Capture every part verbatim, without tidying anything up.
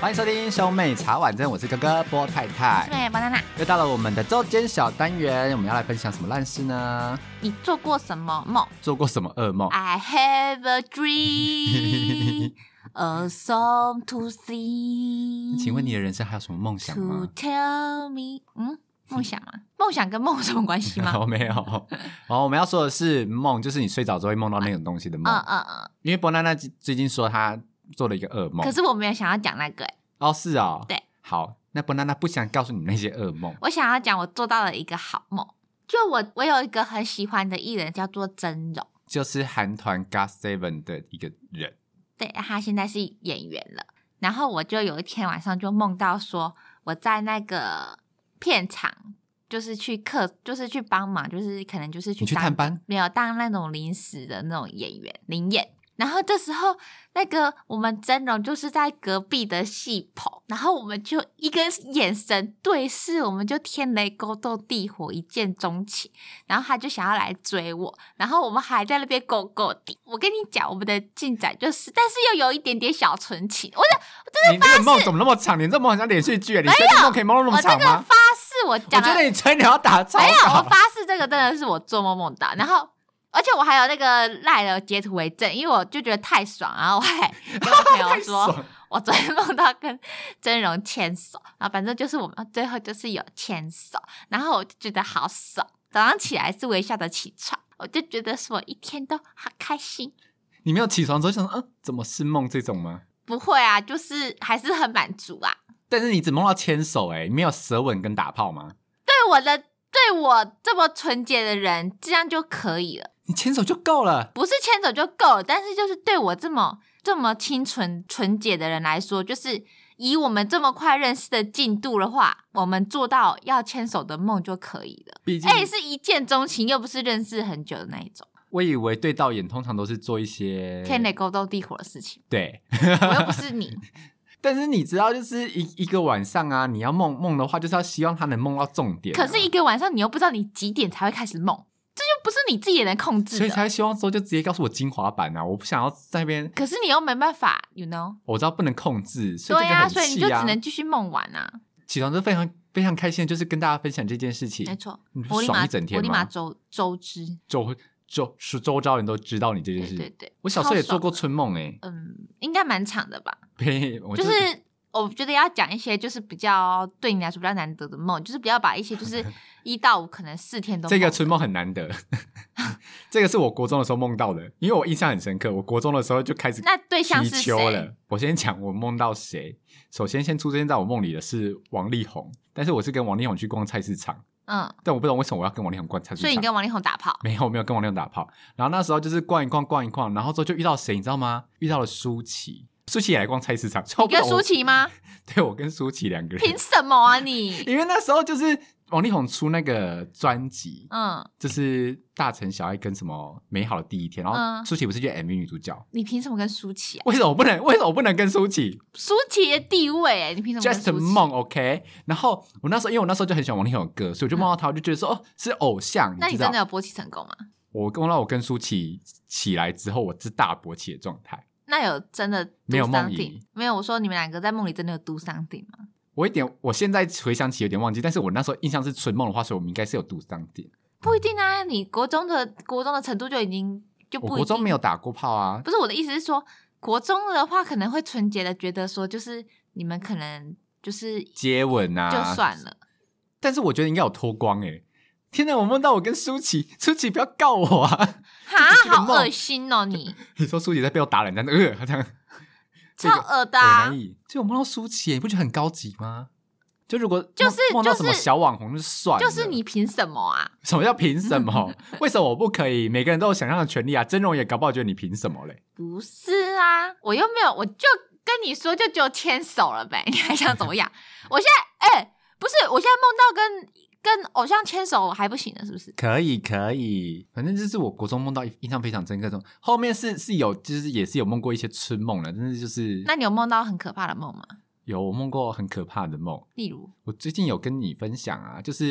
欢迎收听兄妹茶碗蒸，我是哥哥波太太， 我是妹妹 banana。 又到了我们的周间小单元，我们要来分享什么烂事呢？ 你做过什么梦？ 做过什么噩梦 ？I have a dream, a song to sing。 请问你的人生还有什么梦想吗 ？To tell me， 嗯，梦想吗？梦想跟梦有什么关系吗？ 哦，没有。哦，我们要说的是梦，就是你睡着之后会梦到那种东西的梦。 嗯嗯嗯。 因为波娜娜最近说她做了一个噩梦， 可是我没有想要讲那个、欸。 哦，是哦。 对。 好，那波娜娜不想告诉你那些噩梦。 我想要讲我做到了一个好梦，就我我有一个很喜欢的艺人叫做真荣， 就是韩团 G O T 七 的一个人。 对，他现在是演员了。然后我就有一天晚上就梦到说我在那个片场，就是去客，就是去帮忙，就是可能就是去当你去探班， 没有当那种临时的那种演员临演。然后这时候那个我们真荣就是在隔壁的戏棚，然后我们就一个眼神对视，我们就天雷勾动地火，一见钟情。然后他就想要来追我，然后我们还在那边勾勾地。我跟你讲，我们的进展就是，但是又有一点点小纯情。我的，我真的发誓， 你这个梦怎么那么长？你这梦好像连续剧，你这个梦可以梦那么长吗？ 我这个发誓，我讲我觉得你吹牛要打超没有，我发誓这个真的是我做梦梦到，然后。而且我还有那个赖的截图为证，因为我就觉得太爽，然后我还跟我朋友说我昨天梦到跟真荣牵手，然后反正就是我们最后就是有牵手，然后我就觉得好爽，早上起来是微笑的起床，我就觉得是我一天都好开心。你没有起床之后想说，嗯，怎么是梦这种吗？ 不会啊，就是还是很满足啊。 但是你只梦到牵手，哎，没有舌吻跟打炮吗？ 对我的，对我这么纯洁的人，这样就可以了。 你牵手就够了， 不是牵手就够了，但是就是对我这么这么清纯纯洁的人来说，就是以我们这么快认识的进度的话，我们做到要牵手的梦就可以了。毕竟，哎，是一见钟情，又不是认识很久的那一种。 我以为对导演通常都是做一些天雷勾动地火的事情。 对， 我又不是你。 但是你知道，就是一一个晚上啊，你要梦梦的话，就是要希望他能梦到重点、啊。 可是一个晚上，你又不知道你几点才会开始梦。这就不是你自己也能控制的， 所以才希望说就直接告诉我精华版啊！我不想要在那边。 可是你又没办法 ，you know？ 我知道不能控制，所以对啊， 所以你就只能继续梦完啊。 起床就非常非常开心，就是跟大家分享这件事情。 没错， 我爽一整天吗？ 我立马周周知， 周周是周遭人都知道你这件事。 对对对， 我小时候也做过春梦诶、 欸，嗯，应该蛮长的吧？ 我就是。我觉得要讲一些就是比较对你来说比较难得的梦，就是不要把一些就是一到五可能四天都梦。 这个春梦很难得，这个是我国中的时候梦到的，因为我印象很深刻。我国中的时候就开始那对象是谁了？ 我先讲我梦到谁。首先，先出现在我梦里的是王力宏，但是我是跟王力宏去逛菜市场。 嗯， 但我不知道为什么我要跟王力宏逛菜市场。 所以你跟王力宏打炮？ 没有，没有跟王力宏打炮。然后那时候就是逛一逛，逛一逛，然后之后就遇到谁，你知道吗？遇到了舒淇。舒淇也来逛菜市场， 你跟舒淇吗？ 对，我跟舒淇两个人。 凭什么啊你？ 因为那时候就是王力宏出那个专辑， 嗯， 就是大城小爱跟什么美好的第一天，然后舒淇不是就 M V 女主角。 你凭什么跟舒淇啊？ 为什么我不能？为什么我不能跟舒淇？ 舒淇的地位哎，你凭什么跟舒淇 ？Just 梦 OK。然后我那时候，因为我那时候就很喜欢王力宏的歌，所以我就梦到他，我就觉得说哦，是偶像。 那你真的有勃起成功吗？ 我梦到我跟舒淇起来之后，我是大勃起的状态。 那有真的没有梦遗？ 没有，我说你们两个在梦里真的有 do something 吗？ 我一点，我现在回想起有点忘记，但是我那时候印象是春梦的话，所以我们应该是有 do something。 不一定啊，你国中的国中的程度就已经就不一定。 我国中没有打过炮啊。 不是，我的意思是说，国中的话可能会纯洁的觉得说，就是你们可能就是接吻啊， 就算了。 但是我觉得应该有脱光哎、欸。天哪！我梦到我跟舒淇，舒淇不要告我啊！ 哈，好恶心哦你！ 你说舒淇在背后打冷战，呃，他这样超恶的、啊。 就我梦到舒淇，你不觉得很高级吗？就如果就是梦到什么小网红就算了， 就是你凭什么啊？ 什么叫凭什么？为什么我不可以？每个人都有想象的权利啊！真容也搞不好觉得你凭什么嘞？ 不是啊，我又没有，我就跟你说，就只有牵手了呗，你还想怎么样？我现在哎、欸，不是，我现在梦到跟。跟偶像牵手还不行了，是不是？ 可以可以，反正就是我国中梦到印象非常深刻的。后面是是有，就是也是有梦过一些春梦的，但是就是…… 那你有梦到很可怕的梦吗？ 有，我梦过很可怕的梦。 例如， 我最近有跟你分享啊，就是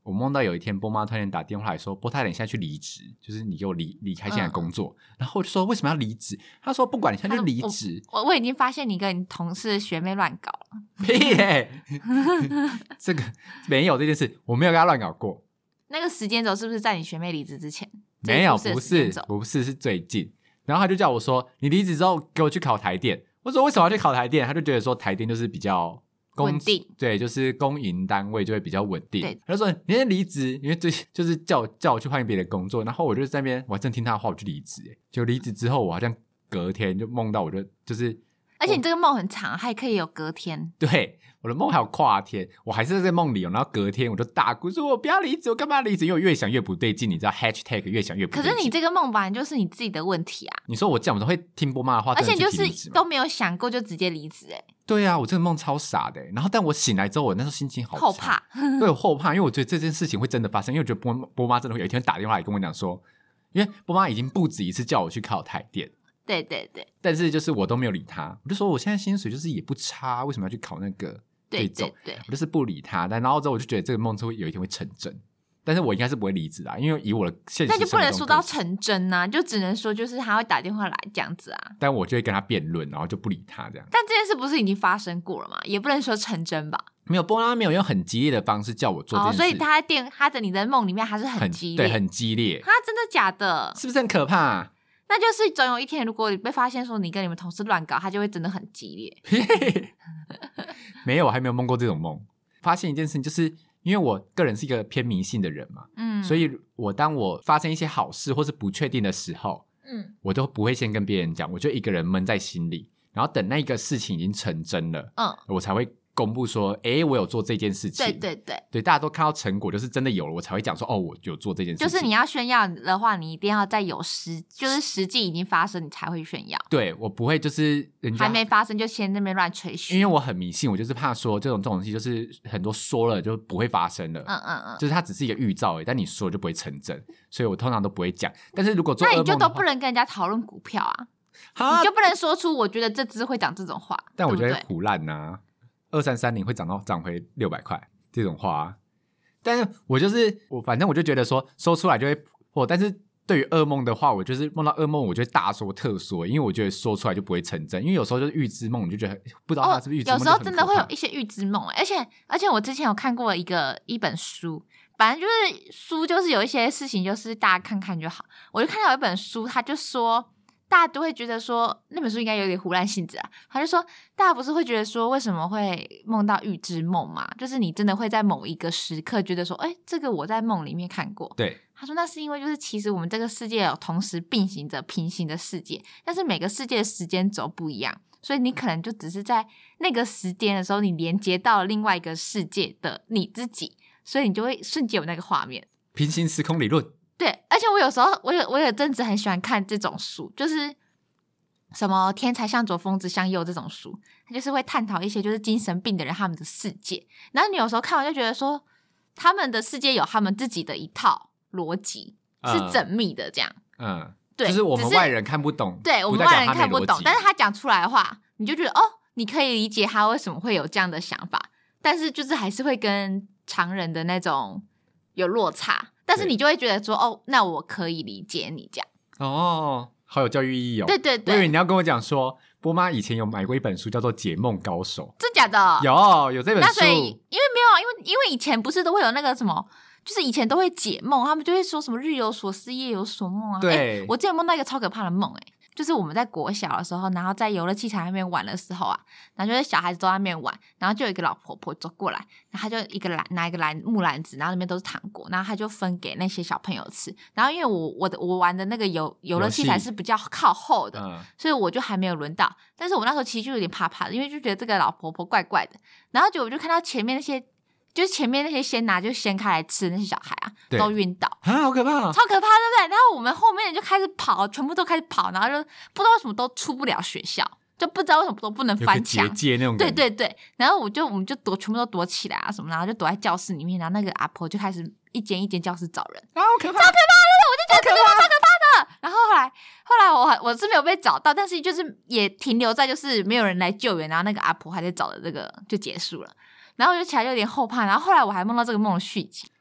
我梦到有一天波妈突然打电话来说，波太太你现在去离职，就是你给我离离开现在的工作、嗯、然后我就说为什么要离职，他说不管你现在就离职。 我 我, 我已经发现你跟你同事学妹乱搞了。 屁耶这个没有这件事，我没有跟他乱搞过。 那个时间轴是不是在你学妹离职之前？ 没有，不是不是是最近。然后他就叫我说你离职之后给我去考台电，我说为什么要去考台电，他就觉得说台电就是比较稳定， 对，就是公营单位就会比较稳定。 对， 他就说你先离职，因为最就是叫我叫我去换别的工作，然后我就在那边，我还真听他的话，我去离职。哎，就离职之后，我好像隔天就梦到，我就就是， 而且你这个梦很长，还可以有隔天。 对，我的梦还有跨天，我还是在这梦里，然后隔天我就大哭说：“我不要离职，我干嘛离职？”因为我越想越不对劲，你知道 hashtag 越想越不对劲。 可是你这个梦本来就是你自己的问题啊！ 你说我这样，我都会听波妈的话， 而且就是都没有想过就直接离职，哎。 对啊，我这个梦超傻的。然后但我醒来之后，我那时候心情好差， 后怕。 对，我后怕，因为我觉得这件事情会真的发生，因为我觉得波波妈真的会有一天打电话来跟我讲说，因为波妈已经不止一次叫我去考台电。 对对对。 但是就是我都没有理他，我就说我现在薪水就是也不差，为什么要去考那个？ 对对对， 我就是不理他。但然后之后我就觉得这个梦会有一天会成真。但是我应该是不会离职啊，因为以我的现实生活中， 那就不能说到成真啊，就只能说就是他会打电话来这样子啊。 但我就会跟他辩论，然后就不理他这样。 但这件事不是已经发生过了吗？也不能说成真吧。 没有，波妈没有用很激烈的方式叫我做这件事。 哦，所以他在电他的你的梦里面还是很激烈， 对，很激烈。 他真的假的？ 是不是很可怕啊？ 那就是总有一天，如果你被发现说你跟你们同事乱搞，他就会真的很激烈。 没有，我还没有梦过这种梦。发现一件事情就是。因为我个人是一个偏迷信的人嘛，嗯，所以我当我发生一些好事或是不确定的时候，嗯，我都不会先跟别人讲，我就一个人闷在心里，然后等那个事情已经成真了，嗯，我才会公布说，诶，我有做这件事情。 对对对， 对，大家都看到成果，就是真的有了，我才会讲说，哦，我有做这件事情。 就是你要炫耀的话，你一定要在有实，就是实际已经发生，你才会炫耀。 对，我不会就是人家还没发生就先那边乱吹嘘。 因为我很迷信，我就是怕说这种这种东西，就是很多说了就不会发生了。嗯嗯嗯，就是它只是一个预兆而已，但你说就不会成真，所以我通常都不会讲。但是如果做噩梦的话， 那你就都不能跟人家讨论股票啊，你就不能说出我觉得这只会讲这种话。 但我觉得唬烂啊。二三三零会涨到涨回六百块这种话、啊，但是我就是我，反正我就觉得说说出来就会破。但是对于噩梦的话，我就是梦到噩梦，我就会大说特说，因为我觉得说出来就不会成真。因为有时候就是预知梦，你就觉得不知道它是不是预知梦、哦。 有时候真的会有一些预知梦，而且而且我之前有看过一个一本书，反正就是书就是有一些事情就是大家看看就好。我就看到有一本书，他就说。大家都会觉得说那本书应该有点胡乱性质啊，他就说大家不是会觉得说为什么会梦到预知梦嘛，就是你真的会在某一个时刻觉得说哎，这个我在梦里面看过。 对， 他说那是因为就是其实我们这个世界有同时并行着平行的世界，但是每个世界的时间轴不一样，所以你可能就只是在那个时间的时候你连接到了另外一个世界的你自己，所以你就会瞬間有那个画面。 平行时空理论。 对，而且我有时候我有我有阵子很喜欢看这种书，就是什么天才向左疯子向右这种书，它就是会探讨一些就是精神病的人他们的世界，然后你有时候看完就觉得说他们的世界有他们自己的一套逻辑、嗯、是缜密的这样。嗯，对， 就是我们外人看不懂， 对，我们外人看不懂，但是他讲出来的话你就觉得哦，你可以理解他为什么会有这样的想法，但是就是还是会跟常人的那种有落差，但是你就会觉得说哦，那我可以理解你这样。哦， 好有教育意义哦。 对对对， 我以为你要跟我讲说波妈以前有买过一本书叫做《解梦高手》。 真假的？ 有有这本书。 那所以因为没有，因为因为以前不是都会有那个什么，就是以前都会解梦，他们就会说什么日有所思夜有所梦啊。 对、欸、 我之前梦到一个超可怕的梦，哎，就是我们在国小的时候，然后在游乐器材那边玩的时候啊，然后就是小孩子都在那边玩，然后就有一个老婆婆走过来，然后她就一个篮拿一个篮木篮子，然后里面都是糖果，然后她就分给那些小朋友吃。然后因为我我的我玩的那个游游乐器材是比较靠后的、嗯，所以我就还没有轮到。但是我那时候其实就有点怕怕的，因为就觉得这个老婆婆怪怪的。然后就我就看到前面那些。就是前面那些先拿就掀开来吃的那些小孩啊，都晕倒啊，好可怕、啊， 超可怕，对不对？然后我们后面人就开始跑，全部都开始跑，然后就不知道为什么都出不了学校，就不知道为什么都不能翻墙， 有个结界那种感觉。 对对对，然后我就我们就躲，全部都躲起来啊什么，然后就躲在教室里面，然后那个阿婆就开始一间一间教室找人， 啊，好可怕， 超可怕，对不对？我就觉得这个超可怕的。然后后来后来我我是没有被找到，但是就是也停留在就是没有人来救援，然后那个阿婆还在找的这个就结束了。然后我就起来就有点后怕，然后后来我还梦到这个梦的续集。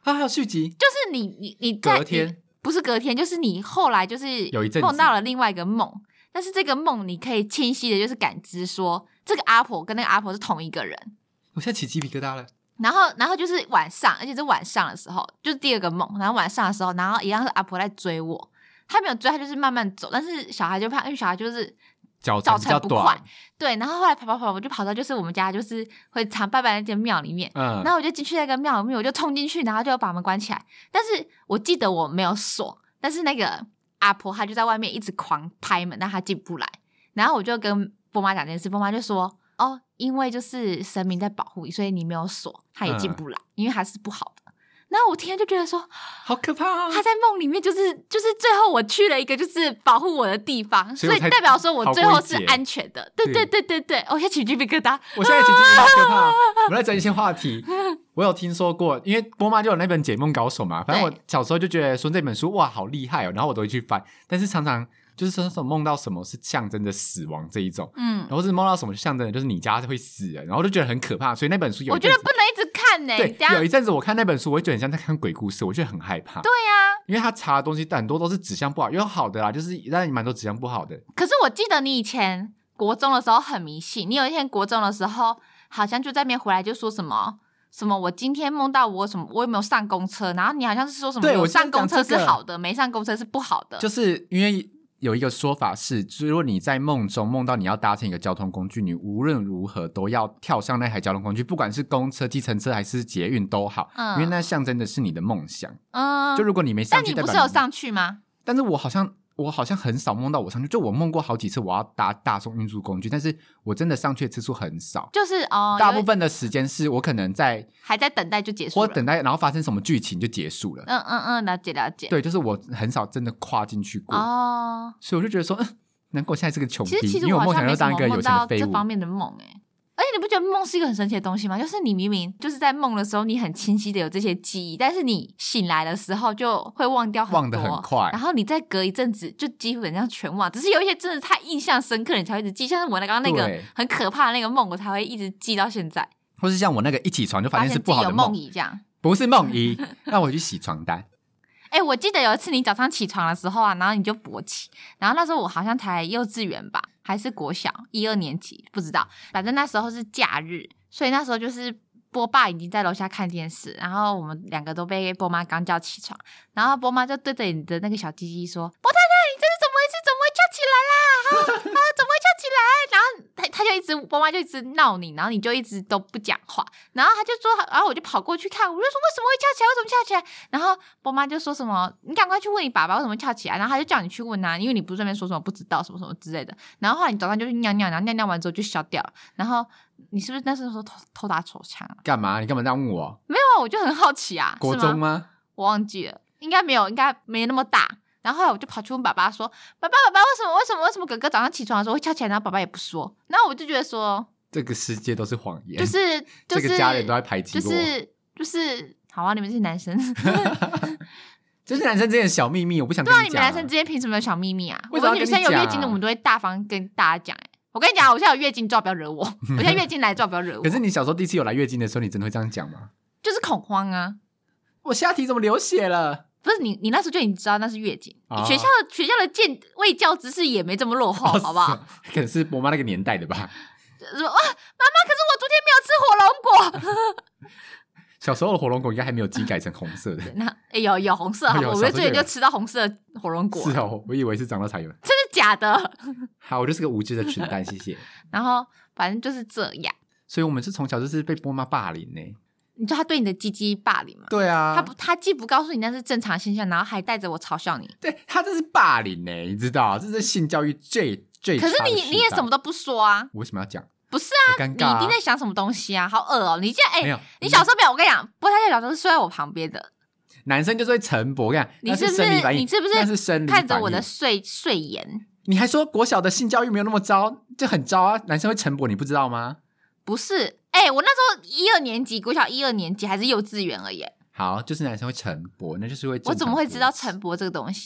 啊，还有续集， 就是你你你在隔天不是隔天，就是你后来就是有一阵梦到了另外一个梦，但是这个梦你可以清晰的就是感知说这个阿婆跟那个阿婆是同一个人。 我现在起鸡皮疙瘩了。 然后然后就是晚上，而且是晚上的时候，就是第二个梦，然后晚上的时候，然后一样是阿婆在追我，他没有追，他就是慢慢走，但是小孩就怕，因为小孩就是脚程比较短， 对，然后后来跑跑跑，我就跑到就是我们家就是会常拜拜那间庙里面，嗯，然后我就进去那个庙里面，我就冲进去，然后就把门关起来，但是我记得我没有锁，但是那个阿婆她就在外面一直狂拍门，但她进不来，然后我就跟波妈讲这件事，波妈就说哦，因为就是神明在保护你，所以你没有锁，她也进不来，嗯，因为她是不好的。然后我听就觉得说好可怕啊！ 他在梦里面就是就是最后我去了一个就是保护我的地方，所以代表说我最后是安全的。对对对对对，我现在起鸡皮疙瘩， 我现在起鸡皮疙瘩，好可怕！我们来讲一些话题。我有听说过，因为波妈就有那本解梦高手嘛，反正我小时候就觉得说这本书哇好厉害哦，然后我都会去翻，但是常常就是说什么梦到什么是象征着死亡这一种，嗯，然后是梦到什么象征的就是你家会死人，然后就觉得很可怕，所以那本书有一我觉得不能一直看呢、欸。 对，有一阵子我看那本书，我会觉得很像在看鬼故事，我觉得很害怕。 对啊， 因为他查的东西很多都是指向不好，有好的啦，就是但蛮多指向不好的。 可是我记得你以前国中的时候很迷信，你有一天国中的时候好像就在那边回来就说什么什么我今天梦到我什么我有没有上公车，然后你好像是说什么有上公车是好的，没上公车是不好的， 就是因为有一个说法是，就是如果你在梦中梦到你要搭乘一个交通工具，你无论如何都要跳上那台交通工具，不管是公车、计程车还是捷运都好，嗯，因为那象征的是你的梦想。嗯，就如果你没上去， 但你不是有上去吗？ 但是我好像我好像很少梦到我上去，就我梦过好几次我要搭大众运输工具，但是我真的上去的次数很少， 就是哦， 大部分的时间是我可能在还在等待就结束了， 或等待然后发生什么剧情就结束了。 嗯嗯嗯，了解了解。 对，就是我很少真的跨进去过哦，所以我就觉得说，嗯，难怪我现在是个穷逼，因为我梦想要当一个有钱的废物。 这方面的梦哎。而且你不觉得梦是一个很神奇的东西吗？就是你明明就是在梦的时候你很清晰的有这些记忆，但是你醒来的时候就会忘掉很多， 忘得很快， 然后你再隔一阵子就几乎很像全忘，只是有一些真的太印象深刻你才会一直记，像是我刚刚那个很可怕的那个梦我才会一直记到现在， 或是像我那个一起床就发现是不好的梦， 有梦遗这样， 不是梦遗让我去洗床单。 哎、欸，我记得有一次你早上起床的时候啊，然后你就勃起，然后那时候我好像才幼稚园吧，还是国小一二年级，不知道，反正那时候是假日，所以那时候就是波爸已经在楼下看电视，然后我们两个都被波妈刚叫起床，然后波妈就对着你的那个小鸡鸡说：“波太太，你这是怎么回事？怎么会叫起来啦？啊啊，怎么会叫起来？”然后他他就一直波妈就一直闹你，然后你就一直都不讲话，然后他就说，然后我就跑过去看，我就说为什么会跳起来？为什么跳起来？然后波妈就说什么，你赶快去问你爸爸为什么跳起来，然后他就叫你去问啊，因为你不是在那边说什么不知道什么什么之类的。然后后来你早上就去尿尿，然后尿尿完之后就消掉了。然后你是不是那时候偷偷打手枪啊？ 干嘛？你干嘛这样问我？ 没有啊，我就很好奇啊。 国中吗？吗我忘记了，应该没有，应该没那么大。然后后来我就跑去问爸爸说：“爸爸，爸爸，为什么为什么为什么哥哥早上起床的时候会跳起来？”然后爸爸也不说。然后我就觉得说， 这个世界都是谎言， 就是就是、 这个家人都在排挤我， 就是就是好啊，你们是男生， 这是男生之间的小秘密，我不想跟你讲、啊。 对啊，你们男生之间凭什么有小秘密啊？ 为什么我们女生有月经的，我们都会大方跟大家讲、欸。我跟你讲，我现在有月经，最好不要惹我。我现在月经来，最好不要惹我。 可是你小时候第一次有来月经的时候，你真的会这样讲吗？ 就是恐慌啊！ 我下体怎么流血了？ 不是你，你那时候就已经知道那是月经。哦、学校的学校的健卫教知识也没这么落后，哦、好不好？ 可能是我妈那个年代的吧。 说哇，妈妈，可是我昨天没有吃火龙果。 小时候的火龙果应该还没有机改成红色的。 那、欸、有有红色，哦、我最近就吃到红色的火龙果。 是哦，我以为是长大才有。 真的假的？ 好，我就是个无知的蠢蛋，谢谢。 然后反正就是这样。 所以我们是从小就是被波妈霸凌呢、欸。 你知道他对你的鸡鸡霸凌吗？ 对啊， 他不，他既不告诉你那是正常现象，然后还带着我嘲笑你。 对，他这是霸凌呢、欸，你知道，这是性教育最最差的时代。 可是你你也什么都不说啊？ 我为什么要讲？ 不是啊， 尴尬啊， 你一定在想什么东西啊？好恶哦、喔！你现在哎， 欸、 你小时候没有？我跟你讲，波太太小时候是睡在我旁边的。 男生就是会晨勃，我跟你讲， 你是不是你是不是那是生理反应？ 看着我的睡睡颜？ 你还说国小的性教育没有那么糟，就很糟啊！男生会晨勃，你不知道吗？ 不是，哎、欸，我那时候一二年级，国小一二年级还是幼稚园而已。 好，就是男生会晨勃，那就是会。 我怎么会知道晨勃这个东西？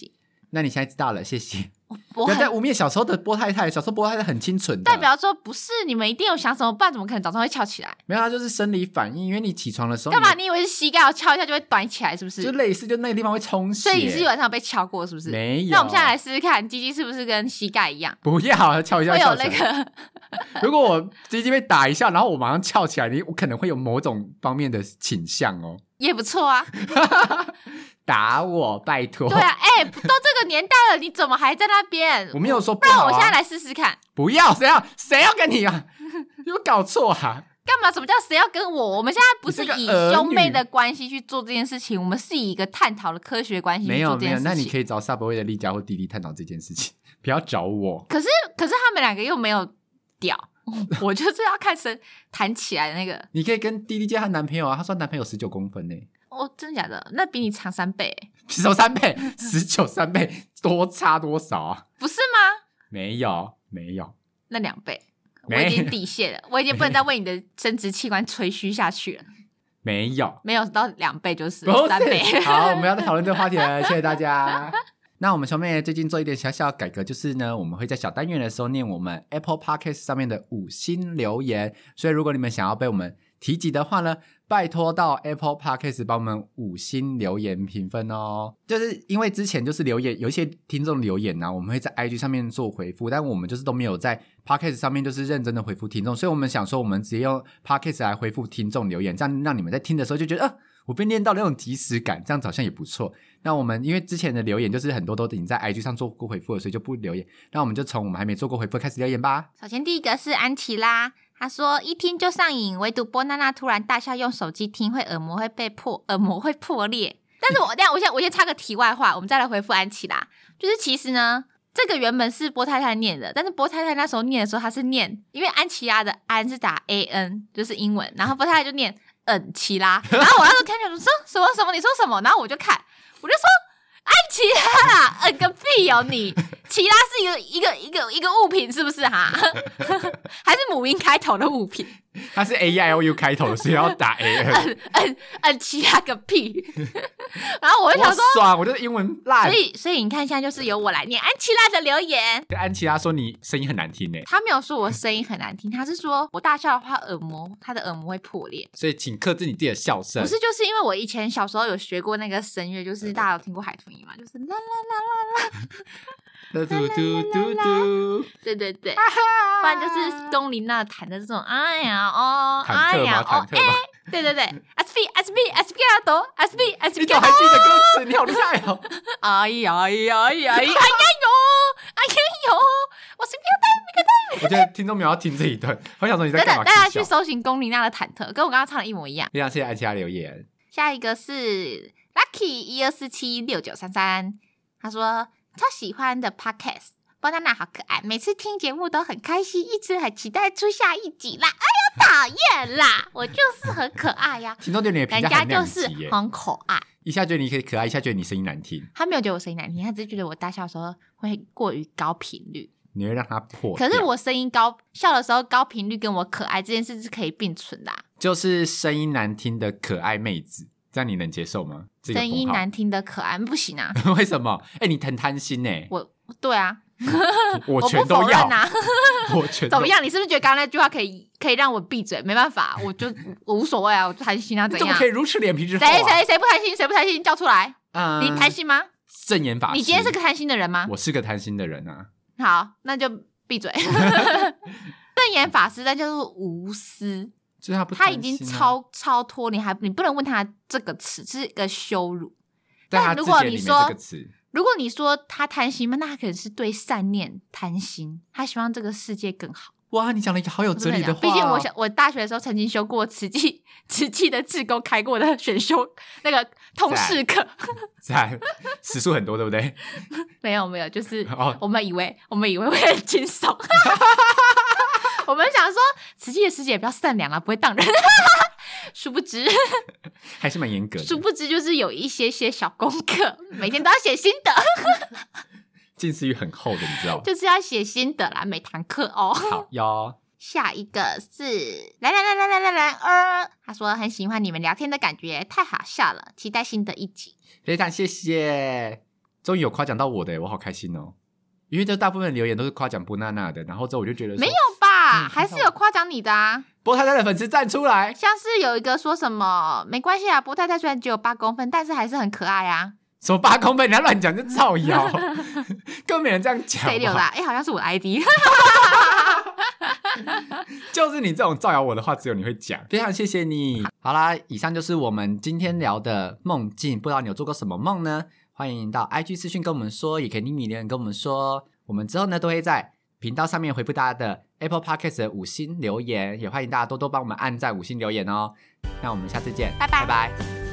那你现在知道了，谢谢。 不要再污蔑小时候的波太太，小时候波太太很清纯的。 代表说不是，你们一定有想什么办，怎么可能早上会翘起来？ 没有，它就是生理反应，因为你起床的时候干嘛？你以为是膝盖要翘一下就会短起来，是不是？ 就类似，就那个地方会充血。 所以你是晚上有被翘过，是不是？ 没有。 那我们现在来试试看，鸡鸡是不是跟膝盖一样？ 不要翘一下， 会有那个。 如果我鸡鸡被打一下，然后我马上翘起来，你我可能会有某种方面的倾向哦。 也不错啊。 打我，拜托！ 对啊，哎、欸，都这个年代了，你怎么还在那边？ 我没有说不好、啊， 不然我现在来试试看。 不要，谁要谁要跟你啊？有搞错啊？ 干嘛？什么叫谁要跟我？我们现在不是以兄妹的关系去做这件事情，我们是以一个探讨的科学关系去做这件事情。没有没有， 那你可以找 Subway 的丽佳或弟弟探讨这件事情，不要找我。 可是可是他们两个又没有屌，我就是要看谁弹起来的那个。 你可以跟弟弟借她男朋友啊，他说男朋友十九公分呢、欸。 哦，真的假的？那比你长三倍、欸， 什么三倍？十九三倍，多差多少啊？ 不是吗？ 没有，没有， 那两倍，我已经底线了，我已经不能再为你的生殖器官吹嘘下去了。 没有， 没有到两倍就是三倍。好，我们要再讨论这个话题了，谢谢大家。那我们兄妹最近做一点小小改革，就是呢，我们会在小单元的时候念我们 Apple Podcast 上面的五星留言，所以如果你们想要被我们提及的话呢，拜托到 Apple Podcast 帮我们五星留言评分哦。就是因为之前就是留言有一些听众留言啊，我们会在 I G 上面做回复，但我们就是都没有在 Podcast 上面就是认真的回复听众，所以我们想说我们直接用 Podcast 来回复听众留言，这样让你们在听的时候就觉得呃我被念到那种即时感，这样好像也不错。那我们因为之前的留言就是很多都已经在 I G 上做过回复了，所以就不留言。那我们就从我们还没做过回复开始留言吧。 首先第一个是安琪拉，他说一听就上瘾，唯独波娜娜突然大笑用手机听会耳膜会被破，耳膜会破裂。但是我等一下我先我先插个题外话，我们再来回复安琪拉。就是其实呢，这个原本是波太太念的，但是波太太那时候念的时候，她是念，因为安琪拉的安是打 A N， 就是英文，然后波太太就念嗯琪拉，然后我那时候听就说什么什么，你说什么？然后我就看，我就说安琪拉啦，嗯个屁哦你！奇拉是一个一个一个一个物品是不是哈？还是母音开头的物品？ 它是 A E I O U 开头的，所以要打 A N。 嗯嗯嗯，奇拉个屁！然后我就想说， 我爽，我就是英文烂。 所以所以你看，现在就是由我来念安琪拉的留言。 跟安琪拉说你声音很难听呢。 他没有说我声音很难听，他是说我大笑的话耳膜，他的耳膜会破裂。 所以请克制你自己的笑声。 不是，就是因为我以前小时候有学过那个声乐，就是大家有听过海豚音嘛，就是啦啦啦啦啦。 嘟嘟嘟嘟， 对对对，不然就是龚琳娜弹的这种，哎呀哦，哎呀哦，哎，对对对 ，S B S B S B 阿朵 ，S B S B， 你怎么还记得歌词？你好厉害哦！ 哎呀哎呀哎呀哎呀哟，哎呀哟，我是不要带那个带。 我觉得听众没有要听这一段，我想说你在干嘛？ 大家去搜寻龚琳娜的忐忑，跟我刚刚唱的一模一样。 非常谢谢安琪拉留言。 下一个是 Lucky 一二四七六九三三，他说。超喜欢的 podcast， 波娜娜好可爱，每次听节目都很开心，一直很期待出下一集啦。哎呀，讨厌啦，我就是很可爱呀。 听众对你的评价很两极耶， 人家就是很可爱， 一下觉得你可以可爱，一下觉得你声音难听。 他没有觉得我声音难听，他只是觉得我大笑的时候会过于高频率， 你会让他破。 可是我声音高，笑的时候高频率跟我可爱这件事是可以并存的、啊， 就是声音难听的可爱妹子。这样你能接受吗？这个、 声音难听的可爱不行啊！ 为什么？哎、欸，你很贪心呢、欸。 我对啊， 我全都要啊！ 我全怎么样？你是不是觉得刚刚那句话可以可以让我闭嘴？没办法，我就我无所谓啊，我贪心啊，怎样？ 你怎么可以如此脸皮之厚、啊？ 谁谁谁不贪心？谁不贪心？叫出来！ 嗯， 你贪心吗？ 正言法师， 你今天是个贪心的人吗？ 我是个贪心的人啊。 好，那就闭嘴。正言法师，那就是无私。 他, 不、啊、 他已经超超脱，你还你不能问他这个词，是一个羞辱。 但如果你说， 这如果你说他贪心吗？那他可能是对善念贪心，他希望这个世界更好。 哇，你讲了一个好有哲理的话、哦。 毕竟我想，我大学的时候曾经修过慈济慈济的志工开过的选修那个通识课， 在时数很多，对不对？ 没有没有，就是哦、 我们以为我们以为会很轻松。我们想说，慈济的师姐也比较善良啊，不会当人。殊不知， 还是蛮严格的。 殊不知，就是有一些些小功课，每天都要写心得。 近似于很厚的，你知道吗？ 就是要写心得啦，每堂课哦。 好哟。 下一个是来来来来来来来呃，他说很喜欢你们聊天的感觉，太好笑了，期待新的一集。 非常谢谢。 终于有夸奖到我的，我好开心哦。因为这大部分留言都是夸奖波娜娜的，然后之后我就觉得没有吧、嗯、还是有夸奖你的啊。 波太太的粉丝站出来， 像是有一个说什么没关系啊，波太太虽然只有八公分，但是还是很可爱啊。 什么八公分？你要乱讲就造谣，根本没人这样讲。 谁留的、啊？哎、欸，好像是我的 I D。 就是你这种造谣我的话，只有你会讲。非常谢谢你。好啦，以上就是我们今天聊的梦境。不知道你有做过什么梦呢？欢迎到 I G 私讯跟我们说，也可以匿名留言跟我们说。我们之后呢都会在频道上面回复大家的 Apple Podcast 的五星留言，也欢迎大家多多帮我们按赞五星留言哦。那我们下次见， 拜拜拜拜。